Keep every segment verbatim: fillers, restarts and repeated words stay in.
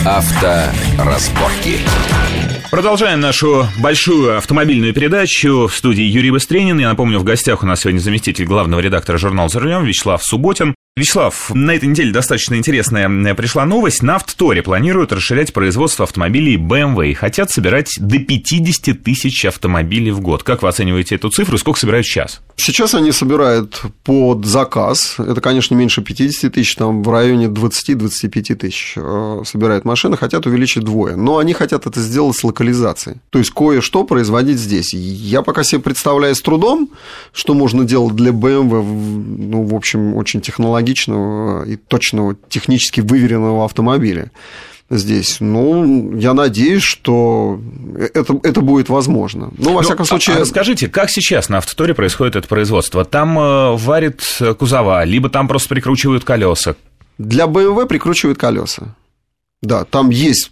Авторазборки. Продолжаем нашу большую автомобильную передачу. В студии Юрий Быстренин. Я напомню, в гостях у нас сегодня заместитель главного редактора журнала «За рулем» Вячеслав Субботин. Вячеслав, на этой неделе достаточно интересная пришла новость. На «АвтоТоре» планируют расширять производство автомобилей бэ эм вэ и хотят собирать до пятьдесят тысяч автомобилей в год. Как вы оцениваете эту цифру? Сколько собирают сейчас? Сейчас они собирают под заказ. Это, конечно, меньше пятьдесят тысяч, там в районе двадцать-двадцать пять тысяч собирают машины, хотят увеличить вдвое. Но они хотят это сделать с локализацией. То есть кое-что производить здесь. Я пока себе представляю с трудом, что можно делать для бэ эм вэ, ну, в общем, очень технологично и точного, технически выверенного автомобиля здесь. Ну, я надеюсь, что это, это будет возможно. Ну, во ну, всяком случае... А расскажите, как сейчас на «АвтоТоре» происходит это производство? Там э, варят кузова, либо там просто прикручивают колеса? Для бэ эм вэ прикручивают колеса. Да, там есть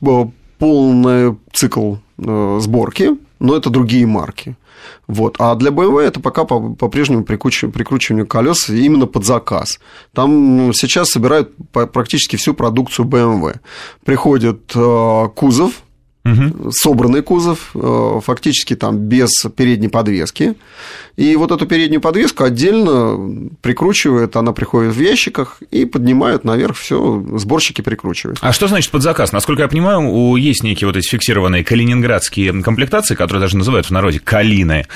полный цикл э, сборки, но это другие марки. Вот. А для бэ эм вэ это пока по-прежнему прикручивание колес именно под заказ. Там сейчас собирают практически всю продукцию бэ эм вэ. Приходит э, кузов, угу. собранный кузов, э, фактически там без передней подвески. И вот эту переднюю подвеску отдельно прикручивают, она приходит в ящиках и поднимают наверх, все, сборщики прикручивают. А что значит под заказ? Насколько я понимаю, у есть некие вот эти фиксированные калининградские комплектации, которые даже называют в народе «калины»,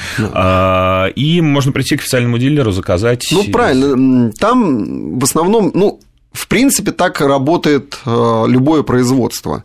да. И можно прийти к официальному дилеру, заказать. Ну, правильно, там в основном, ну, в принципе, так работает э, любое производство.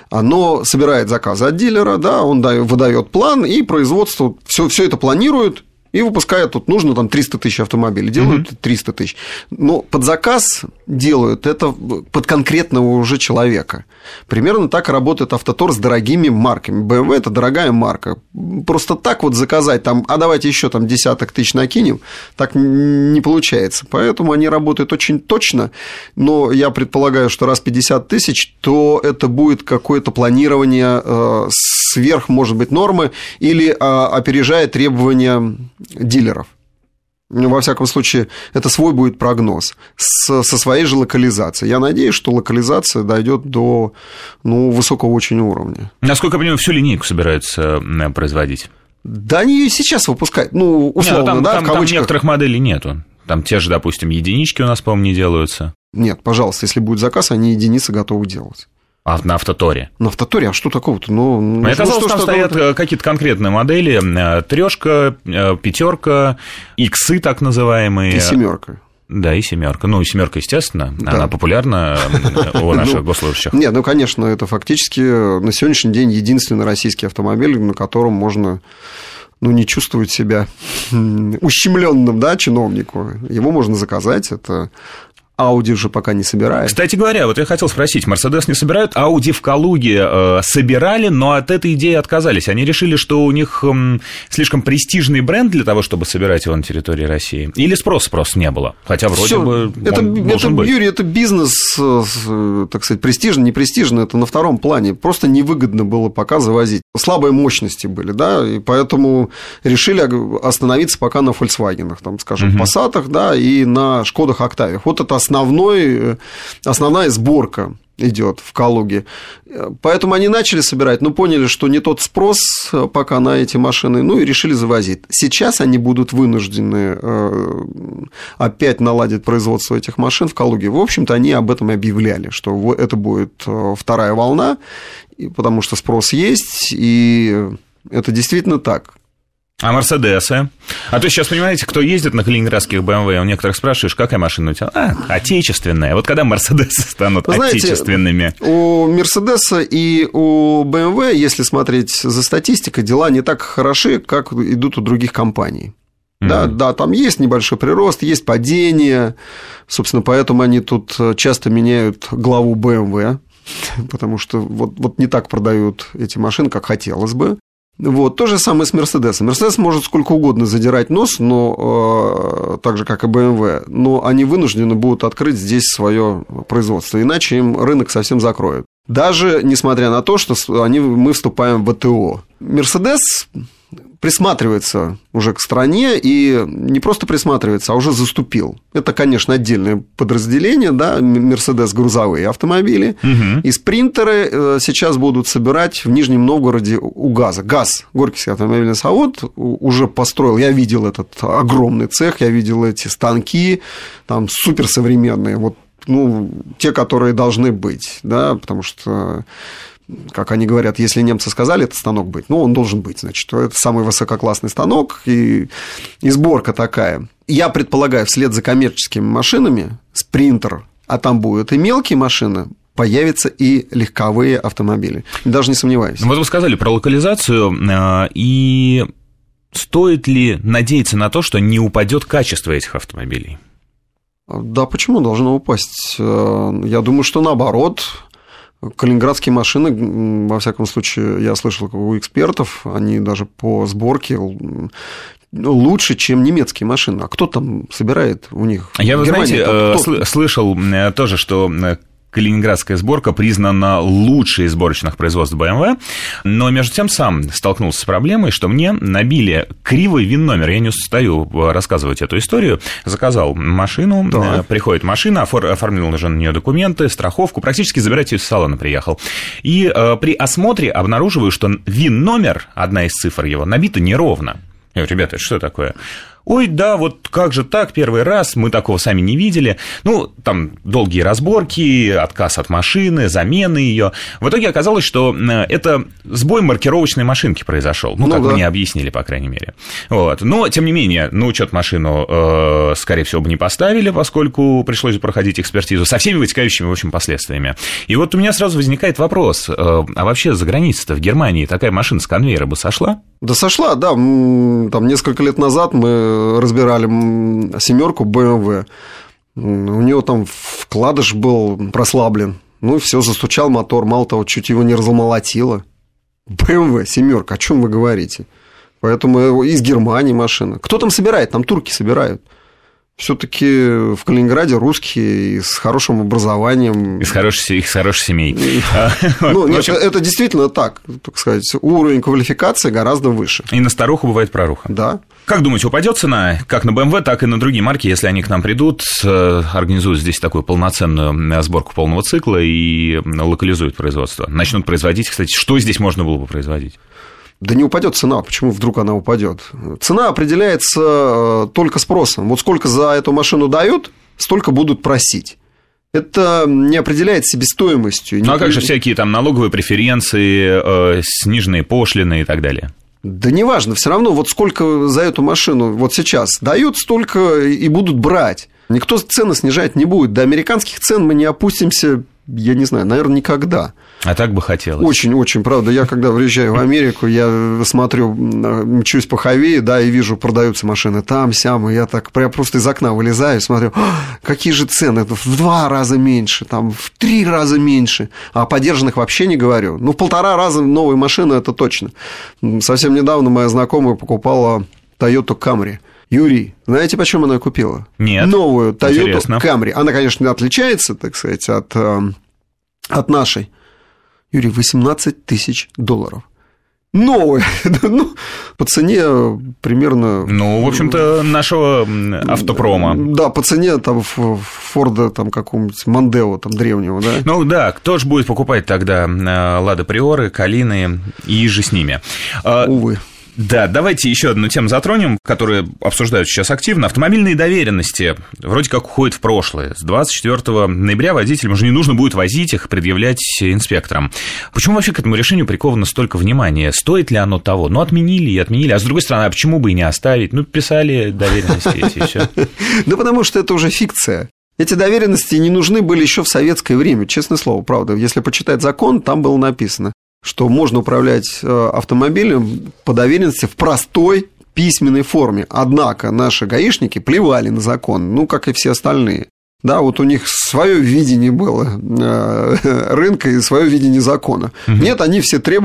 Оно собирает заказы от дилера, да, он выдает план, и производство все, все это планирует и выпускает, тут нужно там триста тысяч автомобилей, делают mm-hmm. триста тысяч. Но под заказ делают это под конкретного уже человека. Примерно так работает «АвтоТор» с дорогими марками. бэ эм вэ – это дорогая марка. Просто так вот заказать, там, а давайте еще там десяток тысяч накинем, так не получается. Поэтому они работают очень точно, но я предполагаю, что раз пятьдесят тысяч, то это будет какое-то планирование э, сверх, может быть, нормы или э, опережая требования дилеров. Во всяком случае, это свой будет прогноз с, со своей же локализацией. Я надеюсь, что локализация дойдет до ну, высокого очень уровня. Насколько я понимаю, всю линейку собираются производить? Да они и сейчас выпускают, ну, условно, Нет, там, да, там, в кавычках. Там некоторых моделей нету. Там те же, допустим, единички у нас, по-моему, не делаются. Нет, пожалуйста, если будет заказ, они единицы готовы делать. А на «АвтоТоре»? На «АвтоТоре? А что такого-то? Ну, Мне казалось, что, там что стоят что-то... какие-то конкретные модели. Трешка, пятерка, иксы так называемые. И семерка. Да, и семерка. Ну, и семерка, естественно, да. Она популярна у наших госслужащих. Нет, ну, конечно, это фактически на сегодняшний день единственный российский автомобиль, на котором можно... ну, не чувствовать себя ущемленным, да, чиновнику. Его можно заказать, это... Ауди же пока не собирает. Кстати говоря, вот я хотел спросить, Мерседес не собирают, Ауди в Калуге э, собирали, но от этой идеи отказались. Они решили, что у них э, слишком престижный бренд для того, чтобы собирать его на территории России? Или спроса просто не было? Хотя вроде Всё, бы это, он это, должен быть. Юрий, это бизнес, так сказать, престижный, не престижный, это на втором плане. Просто невыгодно было пока завозить. Слабые мощности были, да, и поэтому решили остановиться пока на Volkswagen, там, скажем, угу. Passat'ах, да, и на Шкодах Октавиях. Вот это основной, основная сборка идет в Калуге. Поэтому они начали собирать, но поняли, что не тот спрос пока на эти машины, ну и решили завозить. Сейчас они будут вынуждены опять наладить производство этих машин в Калуге. В общем-то, они об этом и объявляли, что это будет вторая волна, потому что спрос есть, и это действительно так. А Мерседесы? А то сейчас, понимаете, кто ездит на калининградских бэ эм вэ, у некоторых спрашиваешь, какая машина у тебя? А, отечественная. Вот когда Мерседесы станут Вы знаете, отечественными? У Мерседеса и у бэ эм вэ, если смотреть за статистикой, дела не так хороши, как идут у других компаний. Mm-hmm. Да, да, там есть небольшой прирост, есть падение. Собственно, поэтому они тут часто меняют главу бэ эм вэ, потому что вот, вот не так продают эти машины, как хотелось бы. Вот, то же самое с Мерседесом. Мерседес может сколько угодно задирать нос, но, э, так же, как и бэ эм вэ, но они вынуждены будут открыть здесь свое производство, иначе им рынок совсем закроют. Даже несмотря на то, что они, мы вступаем в вэ тэ о. Мерседес присматривается уже к стране, и не просто присматривается, а уже заступил. Это, конечно, отдельное подразделение, да, Мерседес грузовые автомобили, угу. И спринтеры сейчас будут собирать в Нижнем Новгороде у ГАЗа. ГАЗ, Горьковский автомобильный завод, уже построил, я видел этот огромный цех, я видел эти станки, там суперсовременные, вот, ну, те, которые должны быть, да, потому что... Как они говорят, если немцы сказали этот станок быть, ну, он должен быть, значит, это самый высококлассный станок, и, и сборка такая. Я предполагаю, вслед за коммерческими машинами, спринтер, а там будут и мелкие машины, появятся и легковые автомобили. Даже не сомневаюсь. Вот вы сказали про локализацию, и стоит ли надеяться на то, что не упадет качество этих автомобилей? Да, почему должно упасть? Я думаю, что наоборот... Калининградские машины, во всяком случае, я слышал у экспертов, они даже по сборке лучше, чем немецкие машины. А кто там собирает у них? Я, вы знаете, кто? слышал тоже, что калининградская сборка признана лучшей из сборочных производств бэ эм вэ, но между тем сам столкнулся с проблемой, что мне набили кривой ВИН-номер. Я не устаю рассказывать эту историю. Заказал машину, да. Приходит машина, оформил уже на нее документы, страховку, практически забирать ее из салона приехал. И э, при осмотре обнаруживаю, что ВИН-номер, одна из цифр его, набита неровно. Я говорю, ребята, это что такое? Ой, да, вот как же так, первый раз, мы такого сами не видели. Ну, там долгие разборки, отказ от машины, замены ее. В итоге оказалось, что это сбой маркировочной машинки произошел. Ну, ну так да. Мне объяснили, по крайней мере. Вот. Но, тем не менее, на учет машину, э, скорее всего, бы не поставили, поскольку пришлось проходить экспертизу со всеми вытекающими, в общем, последствиями. И вот у меня сразу возникает вопрос, э, а вообще за границей-то в Германии такая машина с конвейера бы сошла? Да сошла, да. Там несколько лет назад мы разбирали семерку бэ эм вэ. У него там вкладыш был прослаблен. Ну и все, застучал мотор. Мало того, чуть его не размолотило. бэ эм вэ, семерка, о чем вы говорите? Поэтому из Германии машина. Кто там собирает? Там турки собирают. Все-таки в Калининграде русские с хорошим образованием. Из хороших, из хороших семей. Ну, нет, это действительно так, так сказать. Уровень квалификации гораздо выше. И на старуху бывает проруха. Да. Как думаете, упадет цена как на бэ эм вэ, так и на другие марки, если они к нам придут, организуют здесь такую полноценную сборку полного цикла и локализуют производство? Начнут производить, кстати, что здесь можно было бы производить? Да не упадет цена, почему вдруг она упадет? Цена определяется только спросом. Вот сколько за эту машину дают, столько будут просить. Это не определяет себестоимостью. Ну а как же всякие там налоговые преференции, э, сниженные пошлины и так далее? Да неважно, все равно вот сколько за эту машину вот сейчас дают, столько и будут брать. Никто цены снижать не будет. До американских цен мы не опустимся, я не знаю, наверное, никогда. А так бы хотелось. Очень-очень, правда. Я, когда приезжаю в Америку, я смотрю, мчусь по хайвею, да, и вижу, продаются машины там, сям, и я так я просто из окна вылезаю и смотрю, какие же цены, в два раза меньше, там, в три раза меньше. А о подержанных вообще не говорю. Ну, в полтора раза новые машины, это точно. Совсем недавно моя знакомая покупала Toyota Camry. Юрий, знаете, почем она купила? Нет. Новую Toyota Camry. Она, конечно, отличается, так сказать, от, от нашей. Юрий, восемнадцать тысяч долларов. Новая. Ну, по цене примерно... Ну, в общем-то, нашего автопрома. Да, по цене там Форда там какого-нибудь Мондео там древнего, да? Ну, да, кто же будет покупать тогда Лада Приоры, Калины и же с ними? Увы. Да, давайте еще одну тему затронем, которую обсуждают сейчас активно. Автомобильные доверенности вроде как уходят в прошлое. С двадцать четвёртого ноября водителям уже не нужно будет возить их, предъявлять инспекторам. Почему вообще к этому решению приковано столько внимания? Стоит ли оно того? Ну, отменили и отменили. А с другой стороны, а почему бы и не оставить? Ну, писали доверенности эти и все. Да потому что это уже фикция. Эти доверенности не нужны были еще в советское время, честное слово, правда. Если почитать закон, там было написано, что можно управлять автомобилем по доверенности в простой письменной форме. Однако наши гаишники плевали на закон, ну, как и все остальные. Да, вот у них свое видение было рынка и свое видение закона. Угу. Нет, они все требовали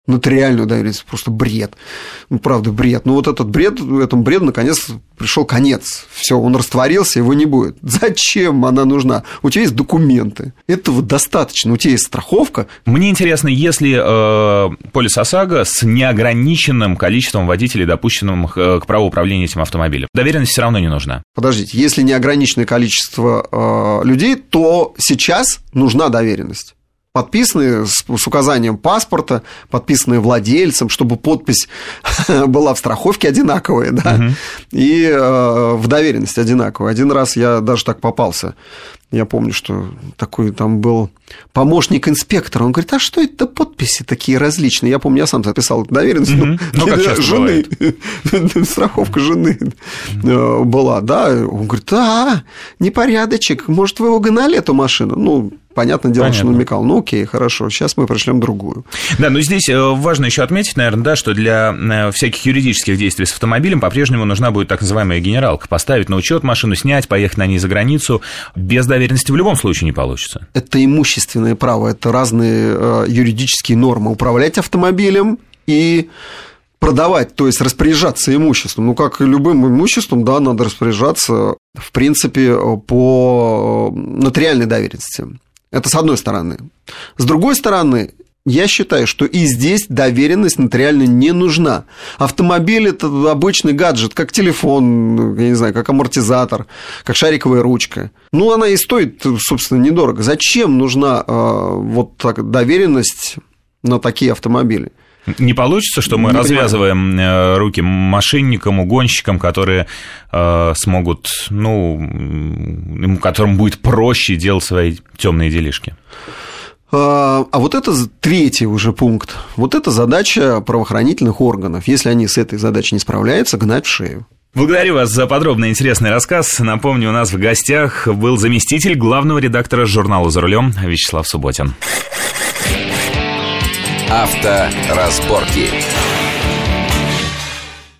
нотариальную доверенность, просто бред. Ну, правда, бред. Ну, вот этот бред, этому бреду, наконец, пришел конец. Все, он растворился, его не будет. Зачем она нужна? У тебя есть документы. Этого достаточно. У тебя есть страховка. Мне интересно, если э, полис ОСАГО с неограниченным количеством водителей, допущенным к праву управления этим автомобилем, доверенность все равно не нужна. Подождите, если неограниченное количество э, людей, то сейчас нужна доверенность. Подписанные с, с указанием паспорта, подписанные владельцем, чтобы подпись была в страховке одинаковая, да, uh-huh. и э, в доверенности одинаковая. Один раз я даже так попался. Я помню, что такой там был помощник инспектора. Он говорит, а что это подписи такие различные? Я помню, я сам записал эту доверенность. Mm-hmm. Ну, как часто жены. Страховка жены mm-hmm. была, да. Он говорит, а, непорядочек, может, вы его гнали, эту машину? Ну, понятное дело, Понятно. Что он намекал. Ну, окей, хорошо, сейчас мы пришлем другую. Да, но здесь важно еще отметить, наверное, да, что для всяких юридических действий с автомобилем по-прежнему нужна будет так называемая генералка. Поставить на учет машину, снять, поехать на ней за границу. Без доверенности в любом случае не получится. Это имущественное право, это разные э, юридические нормы. Управлять автомобилем и продавать, то есть распоряжаться имуществом. Ну, как и любым имуществом, да, надо распоряжаться, в принципе, по нотариальной доверенности. Это с одной стороны. С другой стороны, я считаю, что и здесь доверенность нотариально не нужна. Автомобиль – это обычный гаджет, как телефон, я не знаю, как амортизатор, как шариковая ручка. Ну, она и стоит, собственно, недорого. Зачем нужна э, вот так доверенность на такие автомобили? Не получится, что мы не развязываем понимаю. руки мошенникам, угонщикам, которые э, смогут, ну, которым будет проще делать свои темные делишки? А вот это третий уже пункт. Вот это задача правоохранительных органов. Если они с этой задачей не справляются, гнать в шею. Благодарю вас за подробный и интересный рассказ. Напомню, у нас в гостях был заместитель главного редактора журнала «За рулем» Вячеслав Субботин. Авторазборки.